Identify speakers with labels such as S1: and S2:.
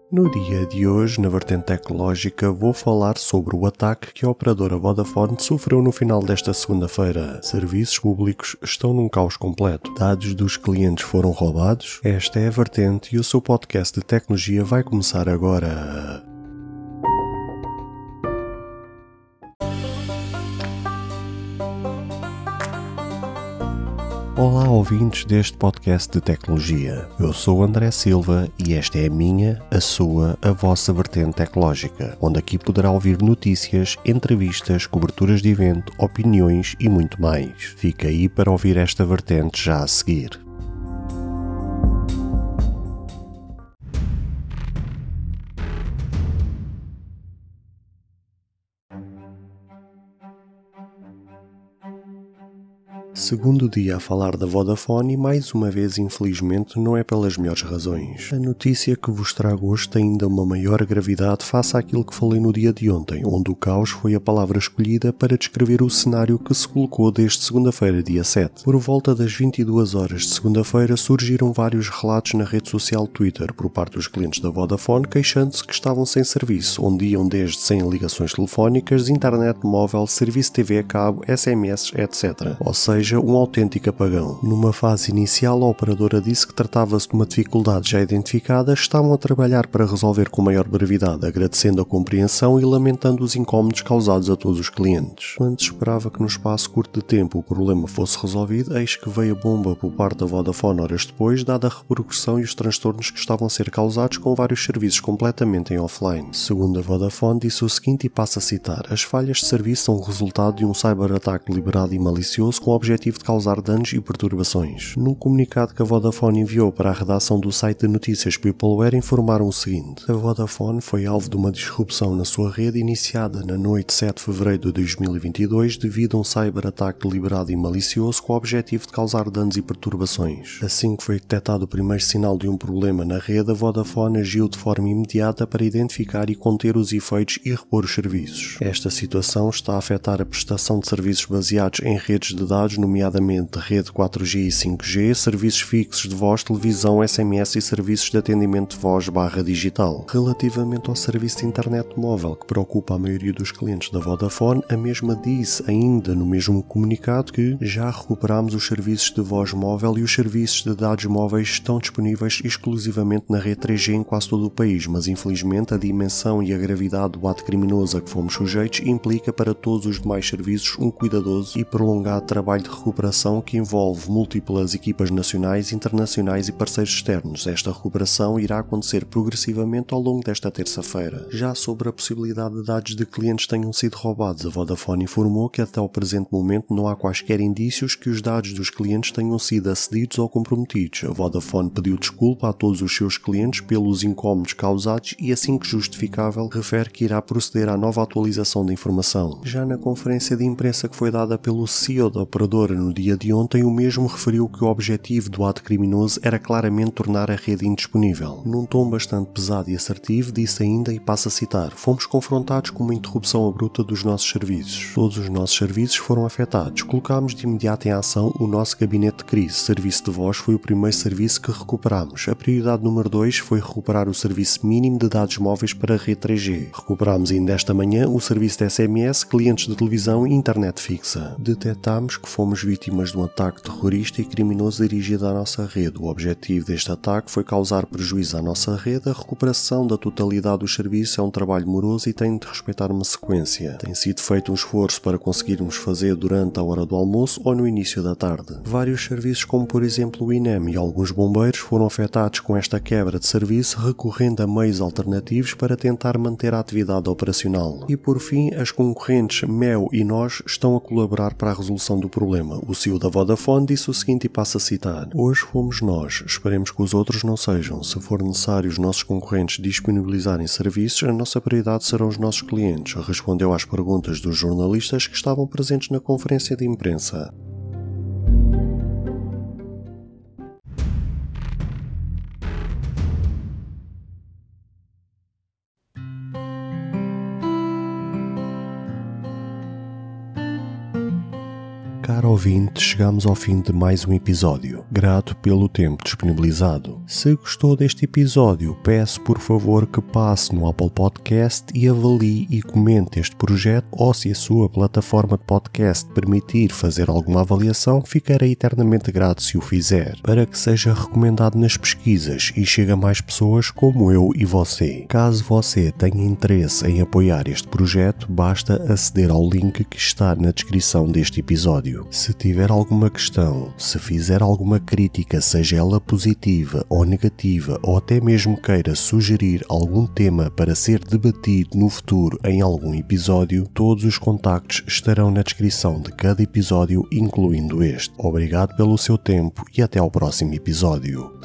S1: No dia de hoje, na vertente tecnológica, vou falar sobre o ataque que a operadora Vodafone sofreu no final desta segunda-feira. Serviços públicos estão num caos completo. Dados dos clientes foram roubados. Esta é a vertente e o seu podcast de tecnologia vai começar agora. Olá, ouvintes deste podcast de tecnologia. Eu sou André Silva e esta é a minha, a sua, a vossa vertente tecnológica, onde aqui poderá ouvir notícias, entrevistas, coberturas de evento, opiniões e muito mais. Fica aí para ouvir esta vertente já a seguir. Segundo dia a falar da Vodafone e mais uma vez, infelizmente, não é pelas melhores razões. A notícia que vos trago hoje tem ainda uma maior gravidade face àquilo que falei no dia de ontem, onde o caos foi a palavra escolhida para descrever o cenário que se colocou desde segunda-feira, dia 7. Por volta das 22 horas de segunda-feira surgiram vários relatos na rede social Twitter por parte dos clientes da Vodafone queixando-se que estavam sem serviço, onde iam desde sem ligações telefónicas, internet móvel, serviço TV a cabo, SMS, etc. Ou seja, um autêntico apagão. Numa fase inicial, a operadora disse que tratava-se de uma dificuldade já identificada, estavam a trabalhar para resolver com maior brevidade, agradecendo a compreensão e lamentando os incómodos causados a todos os clientes. Quando se esperava que no espaço curto de tempo o problema fosse resolvido, eis que veio a bomba por parte da Vodafone horas depois, dada a repercussão e os transtornos que estavam a ser causados com vários serviços completamente em offline. Segundo a Vodafone, disse o seguinte e passo a citar: as falhas de serviço são o resultado de um cyberataque deliberado e malicioso com o objetivo de causar danos e perturbações. Num comunicado que a Vodafone enviou para a redação do site de notícias Peopleware, informaram o seguinte: a Vodafone foi alvo de uma disrupção na sua rede iniciada na noite de 7 de fevereiro de 2022 devido a um cyberataque deliberado e malicioso com o objetivo de causar danos e perturbações. Assim que foi detectado o primeiro sinal de um problema na rede, a Vodafone agiu de forma imediata para identificar e conter os efeitos e repor os serviços. Esta situação está a afetar a prestação de serviços baseados em redes de dados, nomeadamente rede 4G e 5G, serviços fixos de voz, televisão, SMS e serviços de atendimento de voz /digital. Relativamente ao serviço de internet móvel, que preocupa a maioria dos clientes da Vodafone, a mesma disse ainda no mesmo comunicado que já recuperamos os serviços de voz móvel e os serviços de dados móveis estão disponíveis exclusivamente na rede 3G em quase todo o país, mas infelizmente a dimensão e a gravidade do ato criminoso a que fomos sujeitos implica para todos os demais serviços um cuidadoso e prolongado trabalho de recuperação que envolve múltiplas equipas nacionais, internacionais e parceiros externos. Esta recuperação irá acontecer progressivamente ao longo desta terça-feira. Já sobre a possibilidade de dados de clientes tenham sido roubados, a Vodafone informou que até ao presente momento não há quaisquer indícios que os dados dos clientes tenham sido acedidos ou comprometidos. A Vodafone pediu desculpa a todos os seus clientes pelos incómodos causados e, assim que justificável, refere que irá proceder à nova atualização da informação. Já na conferência de imprensa que foi dada pelo CEO da operadora no dia de ontem, o mesmo referiu que o objetivo do ato criminoso era claramente tornar a rede indisponível. Num tom bastante pesado e assertivo, disse ainda, e passo a citar: fomos confrontados com uma interrupção abrupta dos nossos serviços. Todos os nossos serviços foram afetados. Colocámos de imediato em ação o nosso gabinete de crise. Serviço de voz foi o primeiro serviço que recuperámos. A prioridade número 2 foi recuperar o serviço mínimo de dados móveis para a rede 3G. Recuperámos ainda esta manhã o serviço de SMS, clientes de televisão e internet fixa. Detectámos que fomos vítimas de um ataque terrorista e criminoso dirigido à nossa rede. O objetivo deste ataque foi causar prejuízo à nossa rede. A recuperação da totalidade dos serviços é um trabalho moroso e tem de respeitar uma sequência. Tem sido feito um esforço para conseguirmos fazer durante a hora do almoço ou no início da tarde. Vários serviços, como por exemplo o INEM e alguns bombeiros, foram afetados com esta quebra de serviço, recorrendo a meios alternativos para tentar manter a atividade operacional. E por fim, as concorrentes MEO e nós estão a colaborar para a resolução do problema. O CEO da Vodafone disse o seguinte e passo a citar: hoje fomos nós, esperemos que os outros não sejam. Se for necessário os nossos concorrentes disponibilizarem serviços, a nossa prioridade serão os nossos clientes, respondeu às perguntas dos jornalistas que estavam presentes na conferência de imprensa. Caro ouvinte, chegamos ao fim de mais um episódio. Grato pelo tempo disponibilizado. Se gostou deste episódio, peço por favor que passe no Apple Podcast e avalie e comente este projeto, ou se a sua plataforma de podcast permitir fazer alguma avaliação, ficarei eternamente grato se o fizer, para que seja recomendado nas pesquisas e chegue a mais pessoas como eu e você. Caso você tenha interesse em apoiar este projeto, basta aceder ao link que está na descrição deste episódio. Se tiver alguma questão, se fizer alguma crítica, seja ela positiva ou negativa, ou até mesmo queira sugerir algum tema para ser debatido no futuro em algum episódio, todos os contactos estarão na descrição de cada episódio, incluindo este. Obrigado pelo seu tempo e até ao próximo episódio.